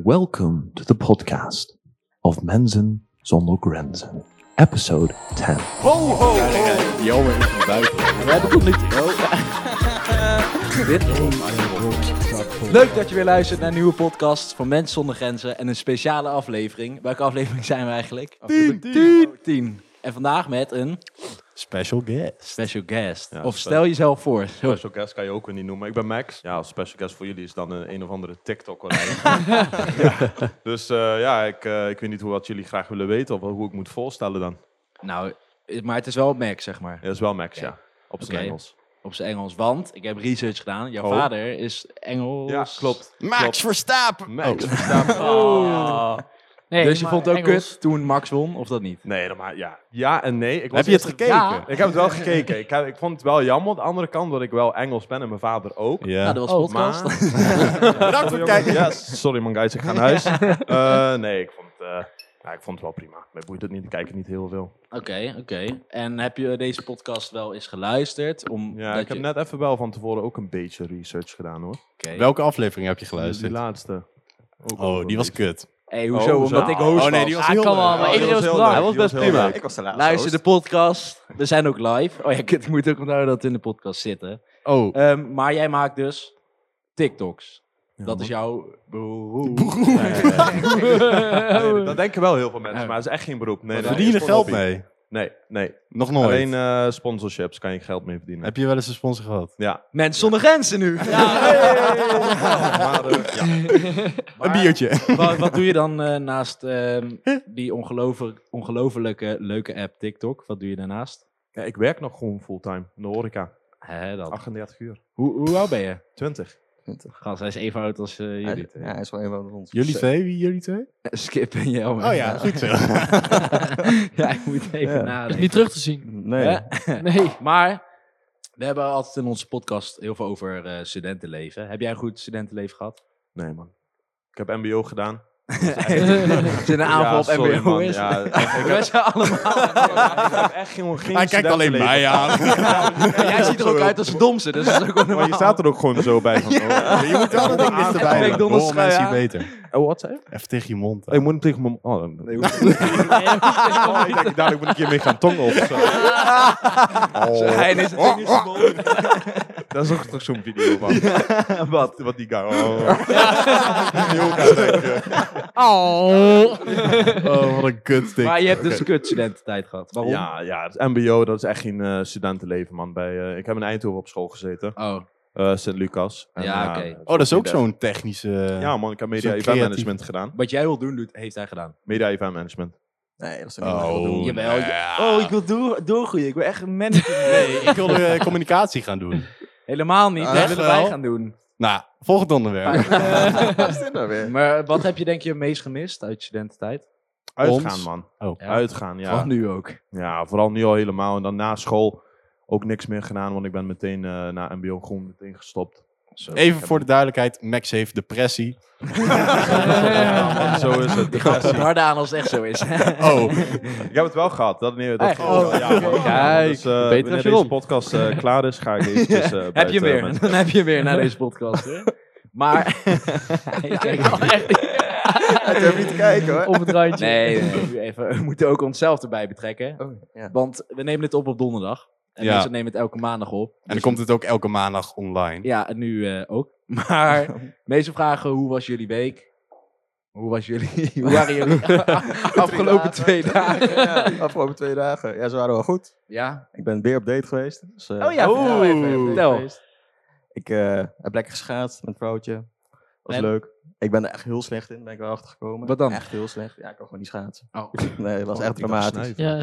Welcome to the podcast of Mensen Zonder Grenzen, episode 10. Ho, ho, ho! Jammer, ik ben buiten. We hebben tot nu toe. Leuk dat je weer luistert naar een nieuwe podcast van Mensen Zonder Grenzen en een speciale aflevering. Welke aflevering zijn we eigenlijk? 10. En vandaag met een Special guest. Ja, of stel jezelf voor. Special guest kan je ook weer niet noemen. Ik ben Max. Ja, als special guest voor jullie is dan een of andere TikToker. Dus ik weet niet wat jullie graag willen weten of hoe ik moet voorstellen dan. Nou, maar het is wel Max, zeg maar. Ja, dat is wel Max, ja. Op zijn Oké. Engels. Op zijn Engels, want ik heb research gedaan. Jouw vader is Engels. Ja, klopt. Max Verstappen! Max Verstappen. Nee, Dus je maar vond het ook Engels. kut toen Max won, of dat niet? Nee, maar ja en nee. Heb je het gekeken? Ja. Ik heb het wel gekeken. Ik vond het wel jammer. Aan de andere kant dat ik wel Engels ben en mijn vader ook. Ja. Nou, dat was podcast. Bedankt voor het kijken. Ja, sorry man guys, ik ga naar huis. Nee, ik vond het wel prima. Mij boeit het niet, ik kijk het niet heel veel. Oké. En heb je deze podcast wel eens geluisterd? Ja, ik heb net even wel van tevoren ook een beetje research gedaan hoor. Welke aflevering heb je Die geluisterd? laatste. Ook Oh, die was kut. Hey, hoezo? hoezo? Omdat ik host Oh nee, die was. was heel kan wel, leuk. maar iedereen was heel brak. leuk. Hij was Die best heel prima. leuk. Ik was de laatste. Luister de podcast. We zijn ook live. Oh ja, ik moet ook onthouden dat we in de podcast zitten. Oh, Maar jij maakt dus TikToks. Ja, Dat man. is jouw beroep. Nee, dat denken wel heel veel mensen, maar het is echt geen beroep. Nee, verdien je er geld mee? Nee. Nog nooit. Alleen sponsorships kan je geld mee verdienen. Heb je wel eens een sponsor gehad? Ja. Mensen zonder grenzen nu. Maar, Een biertje. Wat doe je dan naast die ongelofelijke leuke app TikTok? Wat doe je daarnaast? ja, ik werk nog gewoon fulltime in de horeca. Hè, dat. 38 uur. Hoe oud ben je? 20. Gast, hij is even oud als jullie. Ja, hij is wel een van ons. Jullie twee? Wie jullie twee? Skip en Jelmer. Oh ja, goed zo. Ja, ik moet even Ja. nadenken. Niet terug te zien. Hè? Nee. Maar we hebben altijd in onze podcast heel veel over studentenleven. Heb jij een goed studentenleven gehad? Nee man. Ik heb mbo gedaan. Het is een aanval op sorry, MBO man. is. Ja, We zijn allemaal. ik heb echt geen Hij kijkt alleen studentenleven mij aan. Ja, jij ziet er ook uit als de domste, dus dat is ook wel normaal. Maar je staat er ook gewoon zo bij van. Je moet wel dat ding dichterbij doen. McDonald's Horen mensen trui je beter. Oh, wat zei je? Even tegen je mond. Ik moet hem tegen mijn... Oh, nee, ik denk dadelijk moet ik hiermee gaan tongen of zo. Hij is het Engelse mond. Dat is ook toch zo'n video van. Wat die guy... Oh, wat een kutstick. Maar je hebt dus kut studententijd gehad. Waarom? Ja, het mbo, dat is echt geen studentenleven, man. Ik heb in Eindhoven op school gezeten. Oh, Sint-Lucas. En, Ja, oké. Oh, dat is ook zo'n technische... Ja, man, ik heb media Zo'n event creatief- management gedaan. wat jij wil doen, heeft hij gedaan. Media event management. Nee, dat is toch niet wat ik wil doen. Oh, Jawel. ja. Ik wil doorgroeien. Ik wil echt een manager. Nee, ik wilde communicatie gaan doen. Helemaal niet. Dat Echt willen wel? wij gaan doen. Nou, volgend onderwerp. Wat is dit nou weer? Maar wat heb je denk je het meest gemist uit je studententijd? Uitgaan, Ons? man. Oh. Ja. Uitgaan, ja. Van nu ook. Ja, vooral nu al helemaal. En dan na school ook niks meer gedaan, want ik ben meteen na mbo gewoon meteen gestopt. Even voor de duidelijkheid, Max heeft depressie. Ja, zo is het. Ik ga het harde aan als het echt zo is. Oh, Ik heb het wel gehad. Dat Echt? gevoel wel, ja, man. Kijk, Dus, beter wanneer als je deze won. podcast klaar is, ga ik eventjes Heb je weer. Dan heb je weer naar deze podcast. Hè? Maar... Ik kijk echt niet. Ik durf niet te kijken hoor. Op het randje. Nee, even, we moeten ook onszelf erbij betrekken. Oh, ja. Want we nemen dit op donderdag. En Ja. mensen nemen het elke maandag op. en dan komt het ook elke maandag online. Ja, en nu ook. Maar meeste vragen, hoe was jullie week? Hoe waren jullie afgelopen 2 dagen? Ja, afgelopen 2 dagen. Ja, ze waren wel goed. Ja? Ik ben weer op date geweest. Dus, Oh ja, vertel even. Vertel. Ik heb lekker geschaatst met een vrouwtje. Was En? leuk. Ik ben er echt heel slecht in, ben ik wel achtergekomen. Wat dan? Echt heel slecht. Ja, ik kan gewoon niet schaatsen. Oh. Nee, het was echt dramatisch. Ja.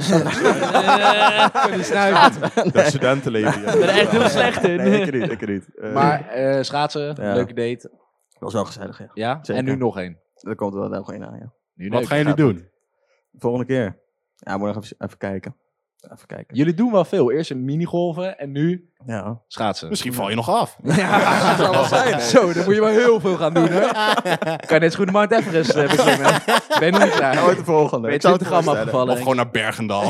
Kon niet snuiven. Dat studentenleven, ja. Ik ben er echt heel slecht in. Nee, ik niet. Maar schaatsen, Ja. leuke date. Dat was wel gezellig, ja. Ja? Zeker. En nu nog één. Er komt wel nog een aan, ja. Nu Wat leuk. gaan jullie doen? Volgende keer. Ja, moet nog even kijken. Even kijken. Jullie doen wel veel. Eerst een minigolven en nu Ja. schaatsen. Misschien val je nog af. Ja, dat zal wel zijn. Hè? Zo, dan moet je wel heel veel gaan doen, hè? Kan je net zo goed de Mount Everest beklimmen. Ben je nog niet klaar? Nooit de volgende. Ben je Ik zou het 20 gram voorstellen. afgevallen? Of gewoon naar Bergendal.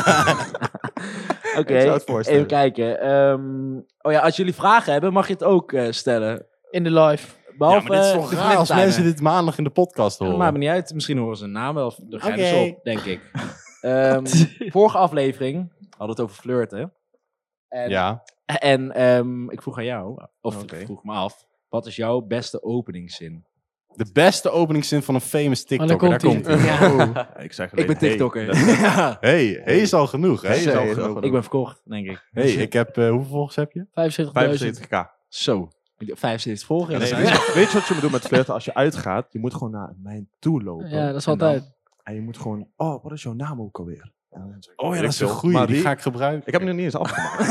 Oké, Ik zou het voorstellen. even kijken. Oh ja, als jullie vragen hebben, mag je het ook stellen. In de live. Behalve maar dit is toch de raar als fliptuinen. mensen dit maandag in de podcast Ja, horen. maakt me niet uit. Misschien horen ze een naam wel. Dan ga je Oké. dus op, denk ik. Vorige aflevering hadden we het over flirten. En, Ja. en ik vroeg aan jou, of Oké. ik vroeg me af, wat is jouw beste openingszin? De beste openingszin van een famous dan TikToker. Daar komt-ie. komt hij. Ja. Ik zeg Ik ben TikToker. Hey, Hey is al genoeg. Hè? Hey is al Hey, genoeg. Ik ben verkocht, denk ik. Hey, ik heb... hoeveel volgers heb je? 75.000. 75k. Zo. 75 volgers. Nee, weet je wat je moet doen met flirten? Als je uitgaat, je moet gewoon naar mij toe lopen. Ja, dat is En dan- altijd. En je moet gewoon, oh, wat is jouw naam ook alweer? En dan zeg ik, Oh ja, weet dat is ik een veel. goeie. Maar Die ga ik gebruiken. Ik heb hem nog niet eens afgemaakt.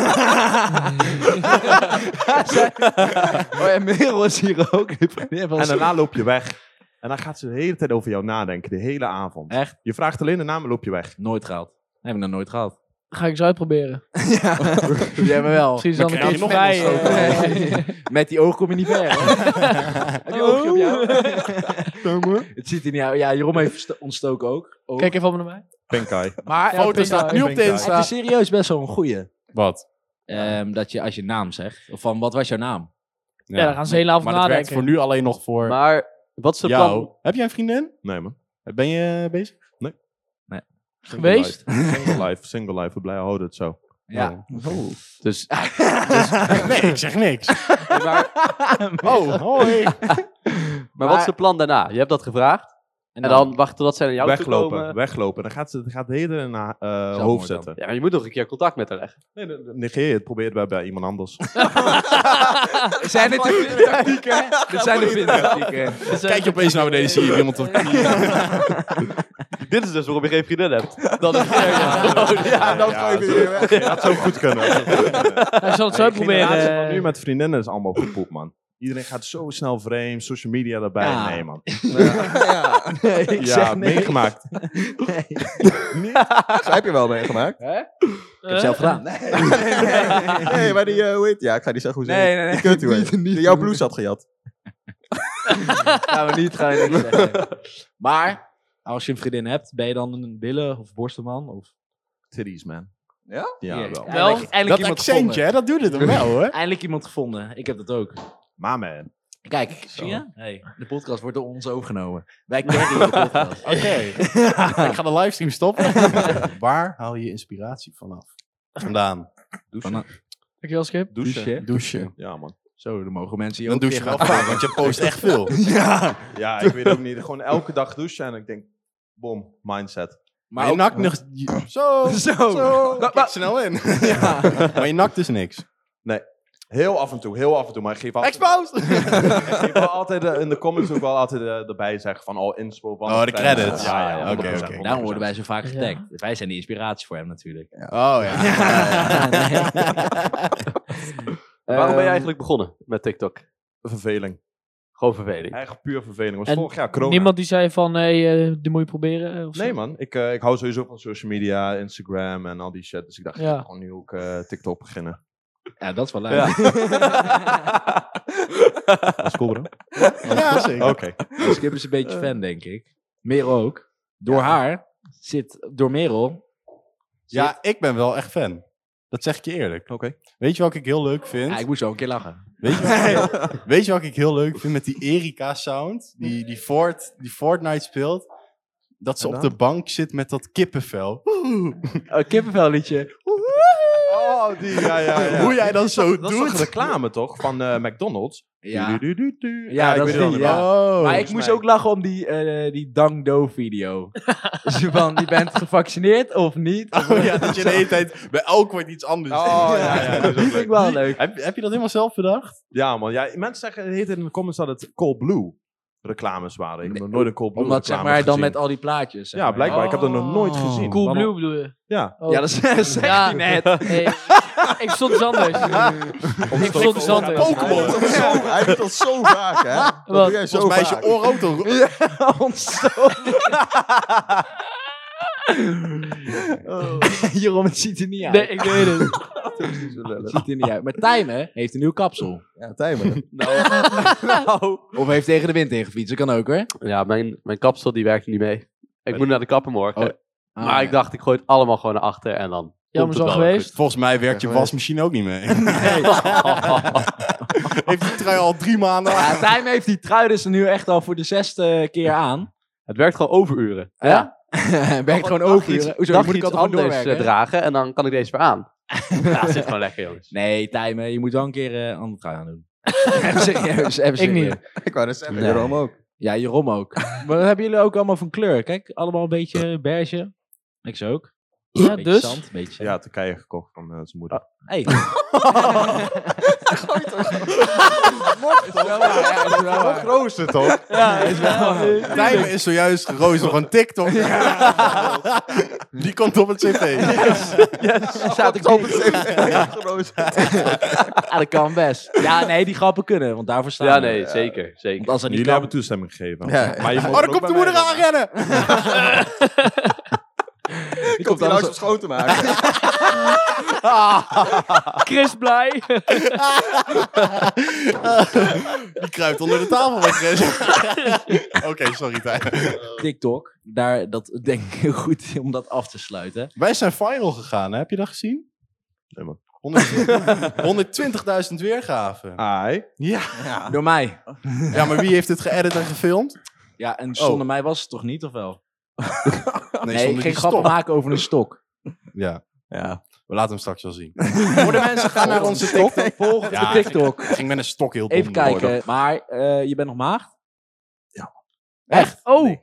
Oh, en Merel is hier ook. En daarna loop je weg. En dan gaat ze de hele tijd over jou nadenken, de hele avond. Echt? Je vraagt alleen de naam en loop je weg. Nooit gehaald. Heb ik nog nooit gehad. Ga ik eens uitproberen. Ja, jij me wel. Misschien is Dan dan een krijg je keer nog vrij. een Met die oog kom je niet ver. Hè? Heb je oogje op jou? Het ziet er niet uit. Ja, Jeroen heeft ontstoken ook. Oog. Kijk even op naar mij. Pink eye. Maar Ja, Foto Pink staat Eye. nu op de Pink Eye. het Insta. is serieus best wel een goeie. Wat? Dat je als je naam zegt. Of van, wat was jouw naam? Ja, dan gaan ze de hele avond Maar dat werkt nadenken. voor nu alleen nog voor Maar wat is de jou. plan? Heb jij een vriendin? Nee, man. Ben je bezig? Geweest? Single life. We blij houden het zo. Ja. Dus, Nee, ik zeg niks. maar, Oh, hoi. maar wat is de plan daarna? Je hebt dat gevraagd. En dan wachten totdat zij naar jou toe komen. Weglopen. Dan gaat ze de hele tijd in haar mooi hoofd dan. zitten. Ja, maar je moet nog een keer contact met haar leggen. Nee, dan negeer je het. Probeer het bij iemand anders. Zijn dit de tactieken? Dit zijn de vindtactieken. Kijk je opeens naar beneden, zie je iemand op Dit is dus waarom je geen vriendin hebt. Dan gooi je weer weg. Dat zou goed kunnen. Hij zal het zo De generatie van uitproberen. nu met vriendinnen is allemaal gepoept, man. Iedereen gaat zo snel vreemd, social media erbij. Ja. Nee, man. Nee, ik Ja, zeg nee. meegemaakt. Heb je wel meegemaakt? Ik heb het zelf gedaan. Nee, maar die, hoe heet ja, ik ga die zeggen hoe ze Nee, heet. nee, nee. Die kunt u Niet- niet die jouw doen. blouse had gejat. Gaan we niks zeggen. Maar, als je een vriendin hebt, ben je dan een billen- of borstenman? Of... Titties, man. Ja? Ja, wel. Wel? Eindelijk Dat iemand accentje, gevonden. hè, dat doet het hem wel, hoor. Eindelijk iemand gevonden. Ik heb dat ook. Maar man. Kijk, zie je? Hey, de podcast wordt door ons overgenomen. Wij carryen de podcast. Oké. Ik ga de livestream stoppen. Waar haal je inspiratie vanaf? Vandaan. Dankjewel, Skip. Douchen. Douchen. Ja, man. Zo, dan mogen mensen hier Dan ook douche je weer wel gaan. vaak, want je post echt veel. Ja, ik weet ook niet. Gewoon elke dag douchen en ik denk, bom, mindset. Maar je nakt nog... Zo. Zo. Kijk snel in. Ja. Maar je nakt dus niks. Heel af en toe. Maar ik geef altijd... Exposed! Ik geef wel altijd in de comments ook wel altijd erbij zeggen van, oh, inspo van... Oh, de credits. Ja, Oké, 100%, oké. 100%. Daarom worden wij zo vaak getagd. Wij zijn de inspiratie voor hem natuurlijk. Oh ja. Waarom ben je eigenlijk begonnen met TikTok? Verveling. Gewoon verveling. Eigen puur verveling. Was En vorig jaar corona. Niemand die zei van, die moet je proberen? Of zo? Nee, man. Ik hou sowieso van social media, Instagram en al die shit. Dus ik dacht, ik Ja. ga gewoon nu ook TikTok beginnen. Ja, dat is wel leuk. Ja. Dat is cool, bro. Ja, zeker. Oké. Skip is een beetje fan, denk ik. Merel ook. Door haar door Merel. Ja, ik ben wel echt fan. Dat zeg ik je eerlijk. Oké. Weet je wat ik heel leuk vind? Ja, ik moest wel een keer lachen. Weet je wat ik heel leuk vind met die Erika-sound? Die Fortnite speelt. Dat ze En op dan? de bank zit met dat kippenvel. Een kippenvelliedje. Oh, die, ja. Hoe jij dan zo Dat is doet. toch reclame, toch? Van McDonald's? Ja. Du-du-du-du-du. Ja, dat ik is weet het die, wel. ja. Oh. Maar ik moest mij. ook lachen om die Dang Do video. Dus van, je bent gevaccineerd of niet? Of, Oh ja, dat je de hele tijd bij elk wordt iets anders. Oh, ja. Dat is ook vind ik leuk. wel leuk. Heb je dat helemaal zelf bedacht? Ja, man. Ja, mensen zeggen heet in de comments dat het Cold Blue reclames waren. Ik heb nog nooit een Cold Blue Omdat, zeg reclame maar, dan gezien. met al die plaatjes. zeg Ja, maar. blijkbaar. Ik heb dat nog nooit gezien. Cool Dan- Blue bedoel je? Ja. Oh. Ja, dat zegt hij net. Nee, ik stond dus anders. Ik stond dus anders. Pokémon. Hij doet dat zo vaak, hè? Dat Wat? doe jij zo Volgens mij is je vaak. oor ook toch... Jeroen, het ziet er niet uit. Nee, ik weet het. Het ziet er niet uit. Maar Tijmen heeft een nieuw kapsel. Ja, timer. Of heeft tegen de wind ingefietst. Dat kan ook, hoor. Ja, mijn kapsel die werkt niet mee. Ik moet naar de kapper morgen. Oh. maar ik dacht, ik gooi het allemaal gewoon naar achter en dan Jammer het zo wel geweest. Volgens mij werkt je wasmachine ook niet mee. Heeft die trui al 3 maanden aan? Ja, Tijm heeft die trui dus nu echt al voor de 6e keer aan. Het werkt gewoon overuren. Ja? Werkt gewoon overuren. Hoezo, Dag moet ik iets altijd gewoon anders doorwerken? dragen en dan kan ik deze weer aan. Ja, dat zit gewoon lekker, jongens. Nee, Tijm, je moet wel een keer een andere trui aan doen. Even serieus, even Ik serieus. niet. Ik wou dat zeggen, Nee. Jeroen ook. Ja, Jeroen ook. Maar dat hebben jullie ook allemaal van kleur. Kijk, allemaal een beetje beige. Ik ook. Ja, Beetje dus. zand, beetje. Ja, Turkije gekocht van zijn moeder. Hey. Is wel waar, ja, is wel waar. Rooster toch? Ja, is wel waar. Tijmen is zojuist geroosterd op een TikTok. Die komt op het cv. Staat ik op Ja, dat kan best. Ja, nee, die grappen kunnen, want daarvoor staan Ja, we. nee, zeker. Zeker. Want als er niet Jullie kan... hebben toestemming gegeven. Ja. Maar je mag Oh, er dan ook komt de bij moeder mij aanrennen. Die komt hier langs om schoon te maken. Chris blij. Die kruipt onder de tafel weg, Chris. Oké, sorry Tijn. TikTok, dat denk ik heel goed om dat af te sluiten. Wij zijn viral gegaan, hè? Heb je dat gezien? Nee, man. 120.000 weergaven. Ai. Ja. Door mij. Ja, maar wie heeft het geëdit en gefilmd? Ja, en zonder mij was het toch niet, of wel? Nee, ik zonder ging die grappen stok. maken over een stok. Ja, Ja. we laten hem straks wel zien. Voor de mensen, gaan naar onze TikTok. Volg Ja, de TikTok. Ik ging met een stok heel dom Even doen. kijken, maar je bent nog maagd? Echt? Oh. Ik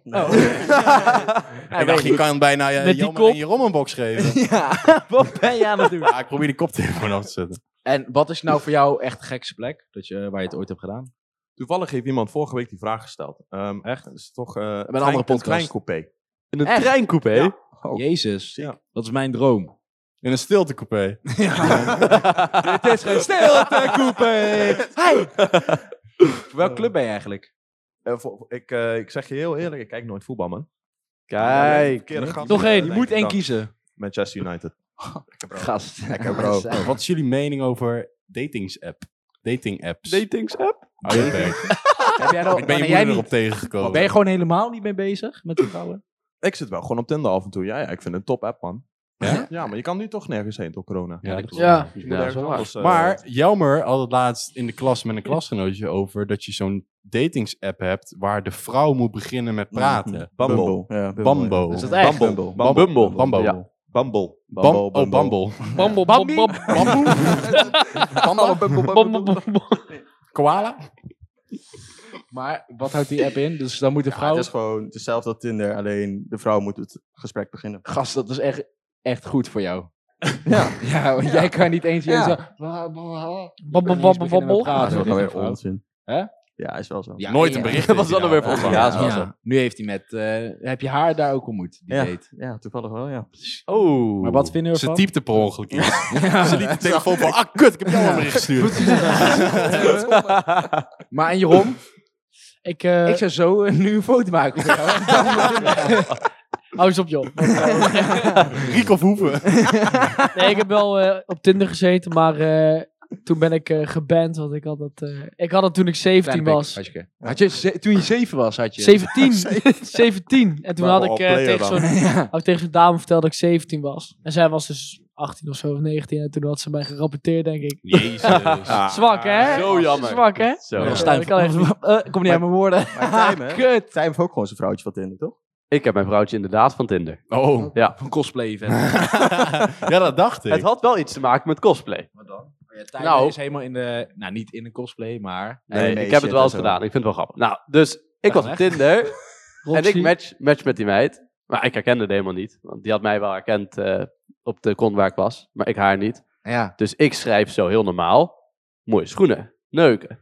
dacht, je kan bijna Met die Jammer kop. en je rommenbox geven. Ja, wat ben je aan het doen? Ja, ik probeer die koptelefoon af te zetten. En wat is nou voor jou echt de gekste plek waar je het ooit hebt gedaan? Toevallig heeft iemand vorige week die vraag gesteld. Echt? Het is toch een andere podcast. klein coupé. In een Echt? treincoupé? Ja. Jezus, Ja. dat is mijn droom. In een stiltecoupé. Dit is geen stiltecoupé. Hey! Voor welke club ben je eigenlijk? Ik zeg je heel eerlijk, ik kijk nooit voetbal, man. Kijk. Nog één. Je moet één kiezen. Manchester United. Gast. Lekker bro. Wat is jullie mening over dating apps? Datingsapp? Hou je bek. Heb jij nog, Ik ben je jij moeder niet, erop tegengekomen. ben je gewoon helemaal niet mee bezig met de vrouwen? Ik zit wel gewoon op Tinder af en toe. Ja, ik vind het een top app, man. Ja? Ja, maar je kan nu toch nergens heen door corona. Ja, dat klopt. Ja. Dus je Ja, moet dat is wel ergens anders, Maar Jelmer had het laatst in de klas met een klasgenootje over dat je zo'n datingsapp hebt waar de vrouw moet beginnen met praten. Bumble. Ja, Bambo. Is dat echt? Bumble. Bumble. Bambo. Ja. Bumble. Oh, Bumble. Bambo, Bambi? bambo, bambo. Koala? Maar wat houdt die app in? Dus dan moet de Ja, vrouw... het is gewoon hetzelfde als Tinder, alleen de vrouw moet het gesprek beginnen. Gast, dat is echt goed voor jou. Ja. Ja, want jij kan niet eens... Ja. Babbel, babbel, babbel. Dat is ook alweer onzin. onzin. Hè? Ja, is wel zo. Ja, Nooit ja. een bericht. Wat is dat nou weer voor onzin? Ja, is wel zo. Ja. Nu heeft hij met... heb je haar daar ook ontmoet, die Ja. date? Ja, toevallig wel, ja. Oh. Maar wat vinden we Ze ervan? typte per ongeluk iets. Ze liet de telefoon van, kut, ik heb jou een bericht gestuurd. Maar en Jeroen? Ik Ik zou zo nu een foto maken voor jou. hou eens op, joh. Riek of Hoeven. Nee, ik heb wel op Tinder gezeten, maar toen ben ik geband. Want ik had het toen ik 17 was. Had je, toen je 7 was, had je... 17. 17. En toen Maar had wel ik player tegen dan. had ik tegen zo'n dame verteld dat ik 17 was. En zij was dus 18 of zo, of 19. En toen had ze mij gerapporteerd, denk ik. Jezus. Zwak, hè? Zo jammer. Zwak, hè? Zo. Dat Ja, dat kan echt niet. Kom niet uit mijn woorden. Maar Tijm, hè? Kut. Tijm heeft ook gewoon zijn vrouwtje van Tinder, toch? Ik heb mijn vrouwtje inderdaad van Tinder. Oh. Ja. Een cosplay event. Ja, dat dacht ik. Het had wel iets te maken met cosplay. Wat dan? Ja, Nou. is helemaal in de... Nou, niet in een cosplay, maar... Nee, mee ik heb het wel eens shit en zo. gedaan. Ik vind het wel grappig. Nou, dus ik was op echt? Tinder en Roxy. ik match met die meid. Maar ik herkende het helemaal niet. Want die had mij wel herkend op de kon waar ik was. Maar ik haar niet. Ja. Dus ik schrijf zo heel normaal. Mooie schoenen. Neuken.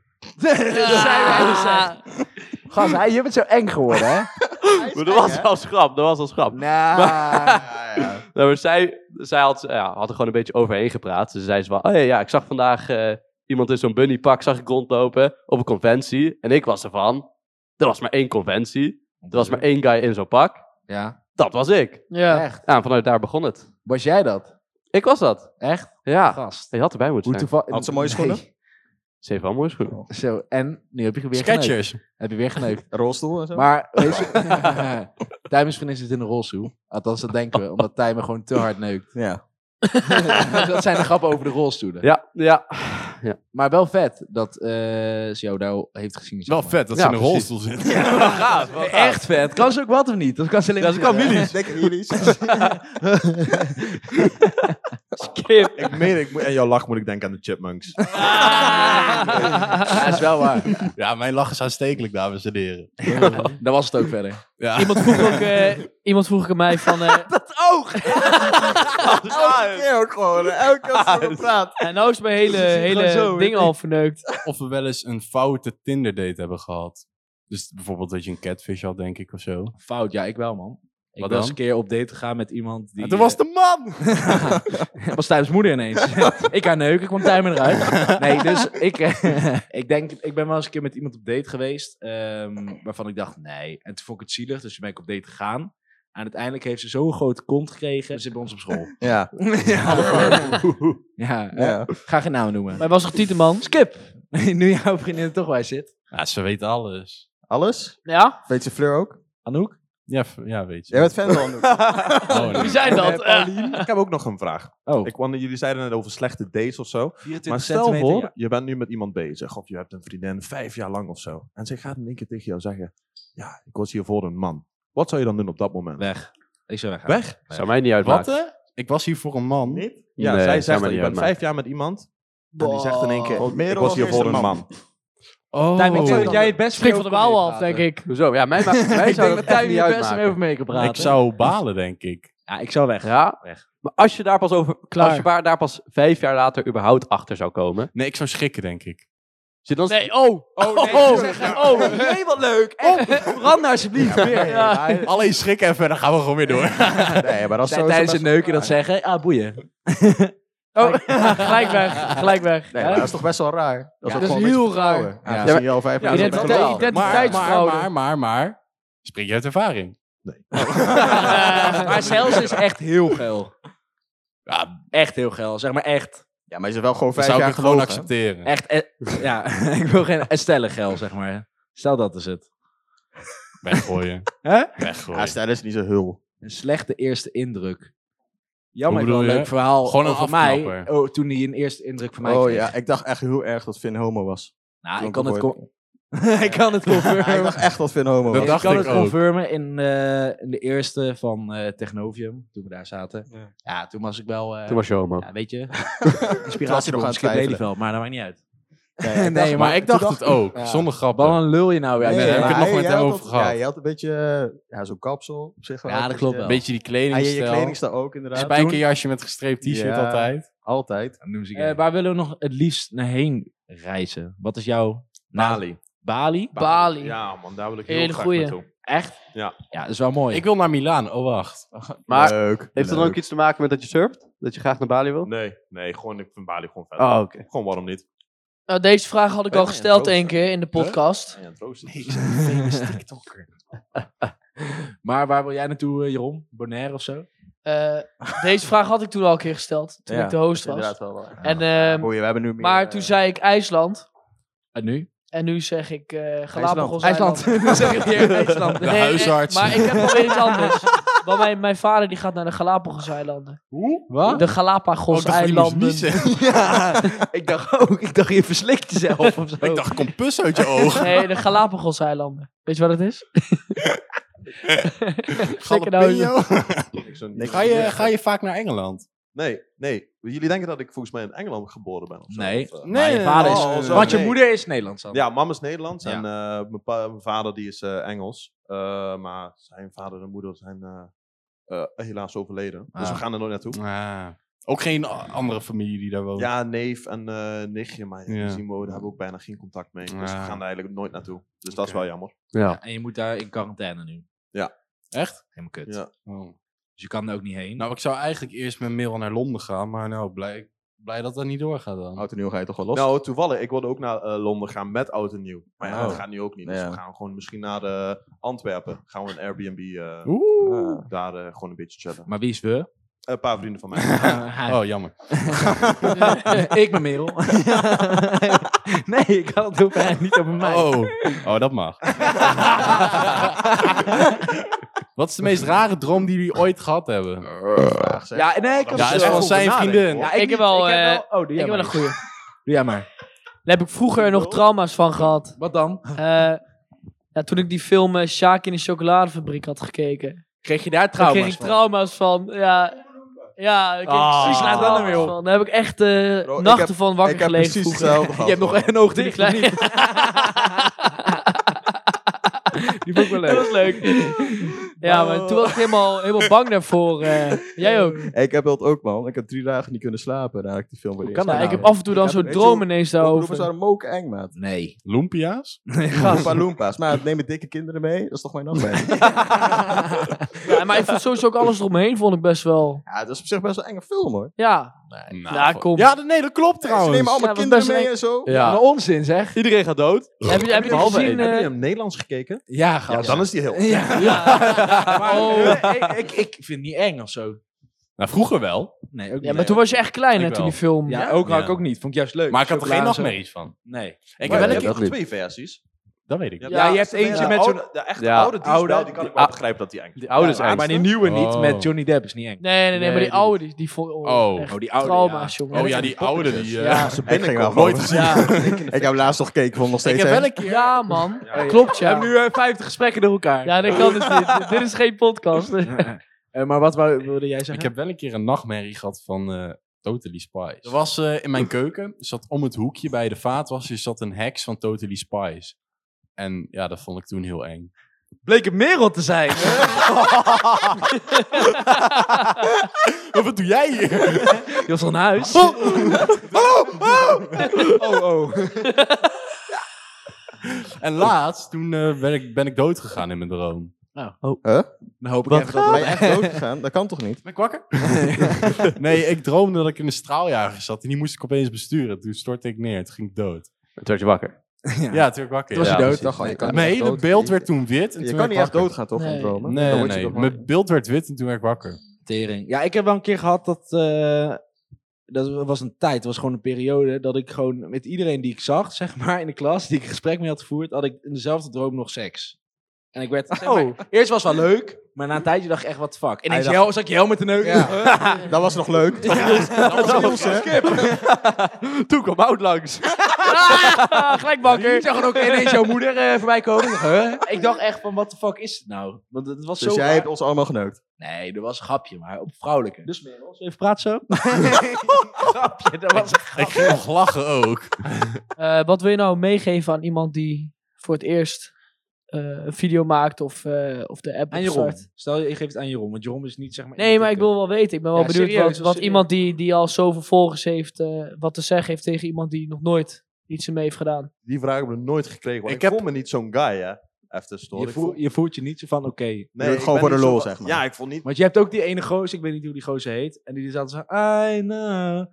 Gast, je bent zo eng geworden, hè? Maar dat was als grap. Dat was als grap. Nou... Nou, maar zij had er gewoon een beetje overheen gepraat. Dus ze zei ze van, oh ja, ik zag vandaag iemand in zo'n bunnypak zag ik rondlopen op een conventie. En ik was ervan, er was maar 1 conventie. Er was maar 1 guy in zo'n pak. Ja. Dat was ik. Ja. Echt? Ja, en vanuit daar begon het. Was jij dat? Ik was dat. Echt? Ja. Gast. Je had erbij moeten Hoe zijn. toevallig... Had ze mooie schoenen? Ze heeft wel mooie schoenen. Zo, en nu heb je weer geneukt. Sketchers. Heb je weer geneukt. Rolstoel en zo? Maar, weet je... Tijmen vriendin zit in een rolstoel. Althans, dat denken we. Omdat Tijmen gewoon te hard neukt. Ja. Dat zijn de grappen over de rolstoelen. Ja. Maar wel vet dat ze jou daar heeft gezien. zeg Wel maar. vet dat Ja, ze in een precies. rolstoel zit. Echt vet. Kan ze ook wat of niet? Dat kan ze alleen ze kan Willys. Lekker jullie. Skip. Ik meen, en jouw lach moet ik denken aan de Chipmunks. Ja, is wel waar. Ja, mijn lach is aanstekelijk, dames en heren. Dat was het ook verder. Ja. Iemand vroeg ook aan mij van... Dat oog! Elke keer ook gewoon. Elke keer als we praat. en nou is mijn hele zo, ding weet al verneukt. Of we wel eens een foute Tinder date hebben gehad. Dus bijvoorbeeld dat je een catfish had, denk ik, of zo. Fout, ja, ik wel, man. Ik Wat ben eens dan? een keer op date gegaan met iemand die... En toen was de man! Het was thuis moeder ineens. Ik haar neuken, kwam Tijmen eruit. Nee, dus ik ben wel eens een keer met iemand op date geweest. Waarvan ik dacht, nee. En toen vond ik het zielig, dus toen ben ik op date gegaan. En uiteindelijk heeft ze zo'n grote kont gekregen. Ze zit bij ons op school. Ja. Ja, ga geen naam noemen. Maar was toch Tieteman? Skip! Nu jouw vriendin er toch bij zit. Ja, ze weet alles. Alles? Ja? Weet je Fleur ook? Anouk? Ja, weet je. Jij bent fan van Anouk. Oh, nee. Wie zijn dat? Ik heb ook nog een vraag. Oh, Want jullie zeiden net over slechte dates of zo. 24 Maar stel centimeter, voor, ja. je bent nu met iemand bezig. Of je hebt een vriendin 5 jaar lang of zo. En zij gaat in één keer tegen jou zeggen... Ja, ik was hier voor een man. Wat zou je dan doen op dat moment? Weg. Ik zou weggaan. Weg? Zou mij niet Wat? uitmaken. Ik was hier voor een man. Niet? Ja, Nee, zij zou zegt mij dat je niet bent uitmaken. 5 jaar met iemand. En die zegt in één keer... Merel Ik was hier of voor eerst een een man. Oh. Tijmen, ik zou dat jij het best Spring van de wouw af, denk ik. Hoezo? Ja, mij zou Ik denk dat dat echt Tijmen niet het best mee uitmaken. over mee kan praten. Ik zou balen, denk ik. Ja, ik zou weg. Ja, Weg. maar als je daar pas Klaar. als je daar pas 5 jaar later überhaupt achter zou komen. Nee, ik zou schrikken, denk ik. Zit dan Nee, oh! Nee, wat leuk. Echt. Brand alsjeblieft weer. Ja. Alleen schrikken en verder gaan we gewoon weer door. Nee, maar dat is Zij tijdens het neuken dat zeggen. Ah, boeien. Oh, gelijk weg. Nee, Hè? maar dat is toch best wel raar. Dat Ja, ook dat is gewoon een heel beetje vertrouwen. raar. Ja, Ja, zie je al 5 jaar. Ja, zo dat bij is elkaar. wel. Identiteitsfraude. Maar. Spreek je uit ervaring? Maar zelfs is echt heel geil. Ja, Echt heel geil. Zeg maar echt. Ja, maar je is wel gewoon dat 5 zou jaar ik gewoon gelogen. accepteren. Echt. Ja, ik wil geen Estelle geil, zeg maar. Stel dat is het. Weggooien. Hè? Weggooien. Ja, stel is niet zo heel. Een slechte eerste indruk. Jammer, Hoe wel een bedoel je? leuk verhaal Gewoon een over mij. afknapper. Oh, toen hij een eerste indruk van mij Oh kreeg. ja, ik dacht echt heel erg dat Finn homo was. Nou, Toen ik kan het, hoorde- ik kan het Ja, ik confirmen. dacht echt dat Finn homo Dat was. dacht ik kan ik het ook. confirmen in de eerste van Technovium, toen we daar zaten. Ja, toen was ik wel... Toen was je homo. ja, weet je, Toen was je inspiratie nog van aan het Skip twijfelen. Lelyveld, maar dat maakt niet uit. Nee, Maar ik dacht het ook. Ja. Zonder grappen. Wat een lul je nou weer. Nee, Nee, heb ik het nog met jij hem had over dat- gehad. Ja, je had een beetje zo'n kapsel op zich. wel. Ja, dat klopt wel. Een beetje die En je kledingstijl. kledingstijl ook inderdaad. Spijkerjasje met gestreept t-shirt Ja. altijd. Altijd. waar willen we nog het liefst naar heen reizen? Wat is jouw... Bali. Bali? Bali. Ja, man, daar wil ik Hele heel graag goeie. naartoe. Echt? Ja. Ja, dat is wel mooi. Ik wil naar Milaan. Oh, wacht. Maar Leuk. heeft het dan ook iets te maken met dat je surft? Dat je graag naar Bali wil? Nee, gewoon, ik vind Bali gewoon vet. Oh, oké. Gewoon, waarom niet? Nou, deze vraag had ik Ben al je gesteld een één keer in de podcast. Ja, troosten. Nee, ik ben een famous TikToker. Maar waar wil jij naartoe, Jeroen? Bonaire of zo? Deze vraag had ik toen al een keer gesteld, toen Ja, ik de host dat is was. inderdaad wel waar. En, Boeien, we hebben nu meer... maar toen zei ik IJsland. En nu? En nu zeg ik Galapagos IJsland. Eiland. Dan zeg ik weer IJsland. De huisarts. Maar ik heb wel weer iets anders. Want mijn vader die gaat naar de Galapagos-eilanden. Wat? De Galapagos-eilanden. Ja, ik dacht je verslikt jezelf of zo. Ik dacht, kom pus uit je ogen. Nee, de Galapagos-eilanden. Weet je wat het is? Zeker nou. Ik zou niet- Ga je vaak naar Engeland? Nee. Jullie denken dat ik volgens mij in Engeland geboren ben of zo? Nee. Of, Maar je nee, vader oh, is... zo, Want je nee. moeder is Nederlands dan. Ja, mama is Nederlands Ja. en mijn vader die is Engels. Maar zijn vader en moeder zijn helaas overleden. Dus Ah. we gaan er nooit naartoe. Ah. Ook geen andere familie die daar woont. Ja, neef en nichtje, maar Ja. die zien we, daar hebben we ook bijna geen contact mee. Dus we Ah. gaan daar eigenlijk nooit naartoe. Dus dat is wel jammer. Ja. En je moet daar in quarantaine nu. Echt? Helemaal kut. Ja. Oh. Dus je kan er ook niet heen. Nou, ik zou eigenlijk eerst met mail naar Londen gaan, maar nou, blij dat dat niet doorgaat dan. Oud en nieuw ga je toch wel los? Nou, toevallig, ik wilde ook naar Londen gaan met oud en nieuw. Maar ja, Oh. dat gaat nu ook niet. Dus Ja. we gaan gewoon misschien naar Antwerpen. Gaan we een Airbnb Oeh. daar gewoon een beetje chillen. Maar wie is we? Een paar vrienden van mij. Oh, jammer. Ik ben Merel. Nee, ik had het over hij, niet over mij. Oh, dat mag. Wat is de meest rare droom die jullie ooit gehad hebben? Vraag, zeg. Ja, nee, ik heb Ja, er is wel van over zijn nadenken, vriendin. hoor. Ja, Ik heb niet. wel, Oh, doe ik jij heb wel maar. een goeie. Doe jij maar. Daar heb ik vroeger nog trauma's van gehad. Wat dan? Ja, toen ik die film Sjaak in de chocoladefabriek had gekeken. Kreeg je daar Daar trauma's kreeg ik van? trauma's van. Ja, ik kreeg Ah. precies Slaat dan weer op. van. Daar heb ik echt Bro, nachten van wakker Ik heb gelegen precies vroeger. hetzelfde gehad. Je hebt nog man. een oog Toen dicht, ik of klein- niet? Die vond ik wel Dat leuk. was leuk. Ja, maar toen was ik helemaal bang daarvoor. Jij ook? Ik heb dat ook, man. Ik heb 3 dagen niet kunnen slapen nadat ik die film weer kan Ja, dat ik nou? heb af en toe dan Ik zo heb- weet je dromen hoe- ineens Roepen daarover. zouden moken eng, maat. Nee. Lumpia's? Loompa Loompa's. Maar nemen dikke kinderen mee, dat is toch mijn nachtmerrie? Ja, maar ik vond sowieso ook alles eromheen vond ik best wel. Ja, dat is op zich best wel een enge film, hoor. Ja, ja, kom. Ja, nee, dat klopt Ze trouwens. nemen allemaal Ja, dat was kinderen best mee een- en zo. Ja. Maar onzin, zeg. Iedereen gaat dood. Heb je het Behalve gezien? één. Heb je hem Nederlands gekeken? Ja, Ja, gast. dan is die heel. Ja. Maar Oh. ik vind het niet eng of zo. Nou, vroeger wel. Nee, ook Ja, niet. maar toen was je echt klein hè, Ik toen wel. die film. Ja, ook had ik Ja. ook niet. Vond ik juist leuk. Maar ik had er geen Chocola en zo. nachtmerries van. Nee. Ik Maar heb wel je een hebt keer... nog 2 versies. Dat weet ik. Ja, je hebt eentje met zo'n... De echte Ja. oude, die is wel, die kan ik wel Ah. begrijpen dat die eng is. Die ouders Ja, maar die nieuwe niet Oh. met Johnny Depp is niet eng. Nee, maar die die- oude, die vond Oh. echt Oh, die oude, trauma's, ja. jongen. Oh ja, die oude die... Ja. Ze Ik ging wel nooit nooit gezien. Ik heb laatst nog gekeken, vond nog Ik steeds heb wel eng. een keer... Ja, man. Ja. Klopt, We ja. hebben nu 50 gesprekken door elkaar. Ja, dat kan dus niet. Dit is geen podcast. Maar wat wilde jij zeggen? Ik heb wel een keer een nachtmerrie gehad van Totally Spies. Er was in mijn keuken, zat om het hoekje bij de vaatwasser, zat een heks van Totally Spies. En ja, dat vond ik toen heel eng. Bleek het Merel te zijn. Wat doe jij hier? Je was al naar huis. En laatst, toen ben ik dood gegaan in mijn droom. Huh? Dan hoop ik Wat? even dat Ben je echt dood gegaan? Dat kan toch niet? Ben ik wakker? Nee, ik droomde dat ik in een straaljager zat en die moest ik opeens besturen. Toen stortte ik neer, toen ging ik dood. Toen werd je wakker. Ja, toen werd ik wakker. Toen was ja. je dood. Ik dacht al, je kan Mijn niet hele dood. beeld werd toen wit. En Je toen kan werd niet ik echt wakker. doodgaan, toch? Nee. Van dromen? Dan Nee, word je nee. toch wakker. Mijn beeld werd wit en toen werd ik wakker. Tering. Ja, ik heb wel een keer gehad dat was een tijd, het was gewoon een periode dat ik gewoon met iedereen die ik zag, zeg maar, in de klas, die ik een gesprek mee had gevoerd, had ik in dezelfde droom nog seks. En ik werd, zeg maar, eerst was het wel leuk, maar na een tijdje dacht ik echt, what the fuck. Ineens Hij zat ik je helm met de neus. Ja. Dat was nog leuk. Dat was Niels, hè? Toen kwam Oud langs. Gelijk wakker. Ik zag dan ook ineens jouw moeder voorbij komen. Ik dacht, huh? Ik dacht echt van, what the fuck is het nou? Want het was Dus zo jij raar. hebt ons allemaal geneukt. Nee, dat was een grapje, maar op vrouwelijke. Dus Merel, zullen we even praten zo? grapje, dat was een Ik ging nog lachen ook. Wat wil je nou meegeven aan iemand die voor het eerst een video maakt of de app Aan Jeroen. opstart? Stel, je geeft het aan Jeroen, want Jeroen is niet, zeg maar... Nee, maar ik wil wel weten. Ik ben wel Ja, benieuwd serieus, wat serieus. iemand die al zoveel volgers heeft, wat te zeggen heeft tegen iemand die nog nooit iets ermee heeft gedaan. Die vraag heb ik nog nooit gekregen. Want Ik ik heb- voel me niet zo'n guy, hè. Even tussendoor. Je voelt je niet zo van, oké. Nee, doet het ik gewoon ben voor de niet lol, zo- zeg maar. Ja, ik voel niet... Want je hebt ook die ene gozer, ik weet niet hoe die gozer heet. En die zat zo, I know.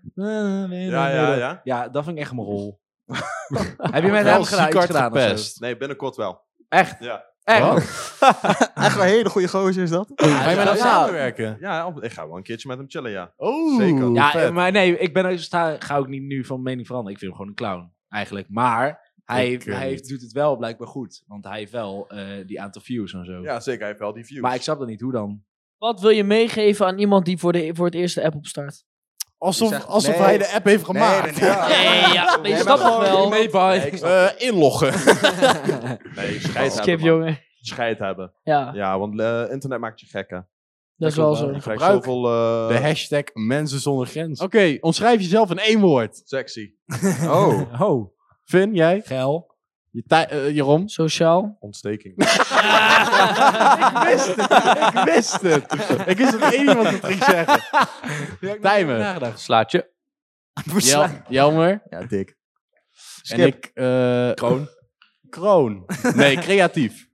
Ja. Ja, dat vind ik echt mijn rol. Heb je met Wel hem ziek iets hard gedaan of zo? gepest. Nee, binnenkort wel. Echt? Ja. Echt? Echt een hele goede gozer is dat. Ga je met hem Ja. samenwerken? Ja, ik ga wel een keertje met hem chillen, ja. Oh, Zeker. Ja, vet. maar nee, ik ben ga ook niet nu van mening veranderen. Ik vind hem gewoon een clown, eigenlijk. Maar hij niet. doet het wel blijkbaar goed. Want hij heeft wel die aantal views en zo. Ja, zeker. Hij heeft wel die views. Maar ik snap dat niet, hoe dan? Wat wil je meegeven aan iemand die voor het eerst de app opstart? Alsof Nee. hij de app heeft gemaakt. Nee, Nee, ja, maar je snapt toch wel. Inloggen. Nee, scheid Skip, hebben, man. jongen. Scheid hebben. Ja, Ja, want internet maakt je gek, hè. dat is wel zo. Je krijgt Gebruik zoveel... De hashtag mensen zonder grens. Oké, omschrijf jezelf in 1 woord. Sexy. Oh. Oh, Vin, jij? geil. Jeroen? Sociaal. Ontsteking. Ik wist het. Ik wist dat één iemand het ging zeggen. Tijmen. Slaatje. Jelmer. Ja, dik. En ik... Kroon. Nee, creatief.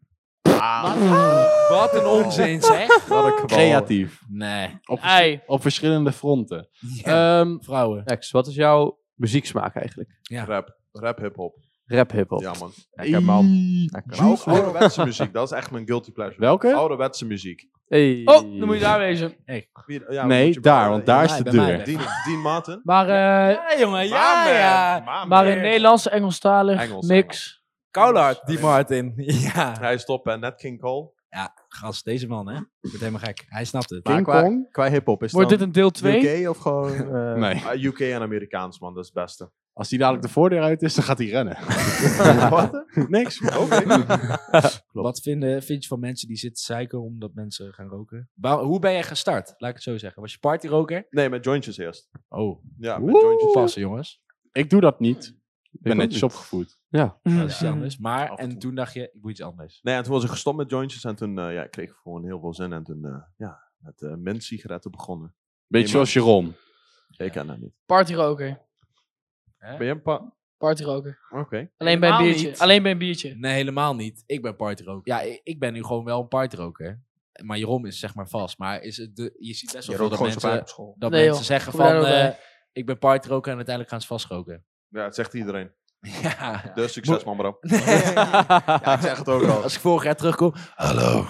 Wat een onzin, zeg. Wat een kwal. Creatief. Nee. Ei. Op verschillende fronten. Vrouwen. Next, wat is jouw muzieksmaak eigenlijk? Rap hip-hop. Rap, hip-hop. Ja, man. Lekker man. Maar ook ouderwetse muziek. Dat is echt mijn guilty pleasure. Welke? Ouderwetse muziek. Hey. Oh, dan moet je daar wezen. Ja, Nee, moet je daar, maar- want daar is mij, de bij mij, deur. bij Dean Martin. Maar, Ja, jongen, maar in Nederlands, Engelstalig, Engels, mix. Koudhard, die Martin. Ja. Hij is top en net King Cole. Gast, deze man, hè? Wordt helemaal gek. Hij snapt het. King Maar Kong? qua hip-hop is Wordt het dit een deel 2? UK of gewoon... Nee. UK en Amerikaans, man. Dat is het beste. Als die dadelijk de voordeur uit is, dan gaat hij rennen. Wat? Niks. Wat vind je van mensen die zitten zeiken omdat mensen gaan roken? Hoe ben jij gestart? Laat ik het zo zeggen. Was je partyroker? Nee, met jointjes eerst. Oh, Ja, met jointjes. passen jongens. Ik doe dat niet. Ik ben ook netjes niet. opgevoed. Ja. Dat is iets anders. Maar, Af en toe. en toen dacht je, ik doe iets anders. Nee, en toen was ik gestopt met jointjes en toen kreeg ik gewoon heel veel zin. En toen met mentsigaretten begonnen. Beetje zoals Jeroen. Ik ken dat niet. Partyroker. Ben je een pa... Partyroker. Oké. Alleen bij een Helemaal biertje. niet. Alleen bij een biertje. Nee, helemaal niet. Ik ben partyroker. Ja, ik ben nu gewoon wel een partyroker. Maar Jeroen is zeg maar vast. Maar is het je ziet best wel Je veel rookt dat gewoon zo vaak mensen, op school. dat Nee, mensen joh. zeggen Kom daar van... ook bij. ik ben partyroker en uiteindelijk gaan ze vastroken. Ja, het zegt iedereen. Ja. Dus succes, man, bro. Ja, ik zeg het ook al. Als ik vorig jaar terugkom... Hallo.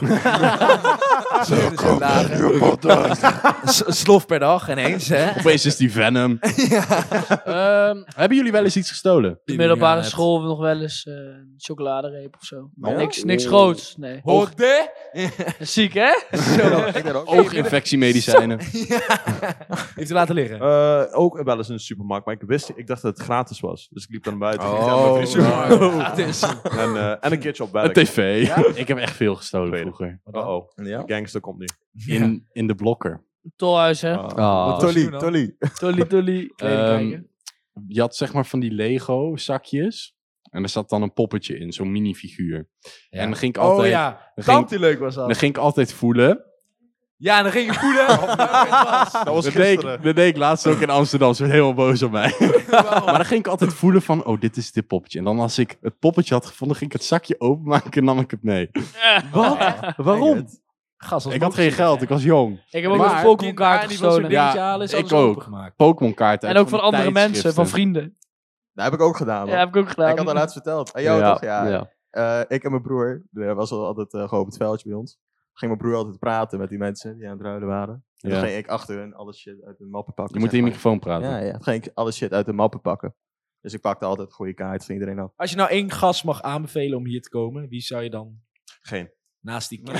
Slof per dag ineens, hè? Opeens is die Venom. Hebben jullie wel eens iets gestolen? De middelbare Ja, net. school hebben we nog wel eens chocoladereep of zo. Maar Ja? niks groots. Nee. Hoorde? Ziek, hè? Ik ben ook. Ooginfectiemedicijnen. Heeft u laten liggen? Ook wel eens in de supermarkt, maar ik dacht dat het gratis was. Dus ik liep dan buiten. Oh. En een keertje op Een werk. tv. Ik heb echt veel gestolen Tweede. vroeger. Oh, Ja? gangster komt nu. In de blokker. Tolhuis, hè? Ah. Tolly, dan? Tolly. Tolly. kijken. Je had zeg maar van die Lego zakjes. En er zat dan een poppetje in, zo'n minifiguur. Ja. En dan ging ik altijd, Oh ja, dan ging, die leuk was dat. dan ging ik altijd voelen. Ja, en dan ging je voelen. Dat was Dat deed, gisteren. dat deed ik laatst ook in Amsterdam. Ze werd helemaal boos op mij. Maar dan ging ik altijd voelen van, oh, dit is dit poppetje. En dan als ik het poppetje had gevonden, ging ik het zakje openmaken en nam ik het mee. Wat? Waarom? Gast, Ik had geen geld, ik was jong. Ik heb ook Maar- nog Pokémon kaarten gestolen. Ja, Ja, ik ook. Pokémon kaarten. En uit ook van andere mensen, van tijdschriften. vrienden. Dat heb ik ook gedaan, man. Ja, heb ik ook gedaan. Ik had dat laatst verteld. En jou Ja, toch? Ja. ja. Ik en mijn broer, er was altijd gewoon op het veldje bij ons. Ging mijn broer altijd praten met die mensen die aan het ruilen waren. En dan Ja. ging ik achter hun alles shit uit de mappen pakken. Je moet in zeg je maar. microfoon praten. Ja, dan ging ik alles shit uit de mappen pakken. Dus ik pakte altijd goede kaart van iedereen af. Als je nou één gast mag aanbevelen om hier te komen, wie zou je dan Geen. naast die...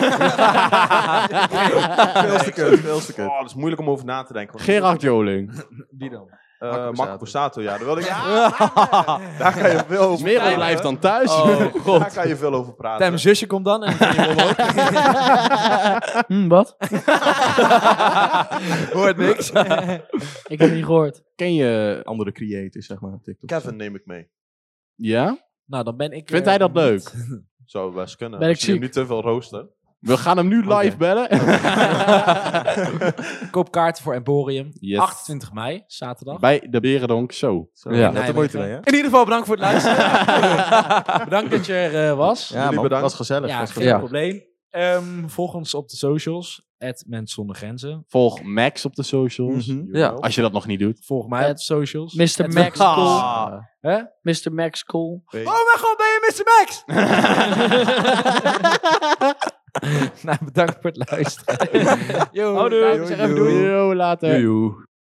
Veel te kut, veel te kut. Oh, dat is moeilijk om over na te denken. Gerard Joling. Wie dan? Marco Borsato, ja. Daar wil ik... Daar kan je veel over Merel praten. blijft dan thuis. Daar kan je veel over praten. Mijn zusje komt dan en dan kan je ook. Wat? Hoort niks. Ik heb het niet gehoord. Ken je... Andere creators, zeg maar, op TikTok. Kevin neem ik mee. Ja? Nou, dan ben ik... Vindt hij dat leuk? Zou best kunnen. Ben ik Als je hem ziek? niet te veel roosten. We gaan hem nu live bellen. Koop kaarten voor Emporium. Yes. 28 mei, zaterdag. Bij de Berendonk Show. Zo, Ja. dat de moeite mee, hè? In ieder geval bedankt voor het luisteren. Bedankt dat je er was. Ja, man, bedankt. was gezellig. Ja, was geen Ja. probleem. Volg ons op de socials. @Mens zonder grenzen. Volg Max op de socials. Mhm. Ja. Als je dat nog niet doet. Volg mij op de socials. Mr. Max Ah. Cool. Hè? Mr. Max Cool. Oh mijn god, ben je Mr. Max? Nou, bedankt voor het luisteren. Yo, Houdoe. zeg even doei. Yo, later. Joejoe.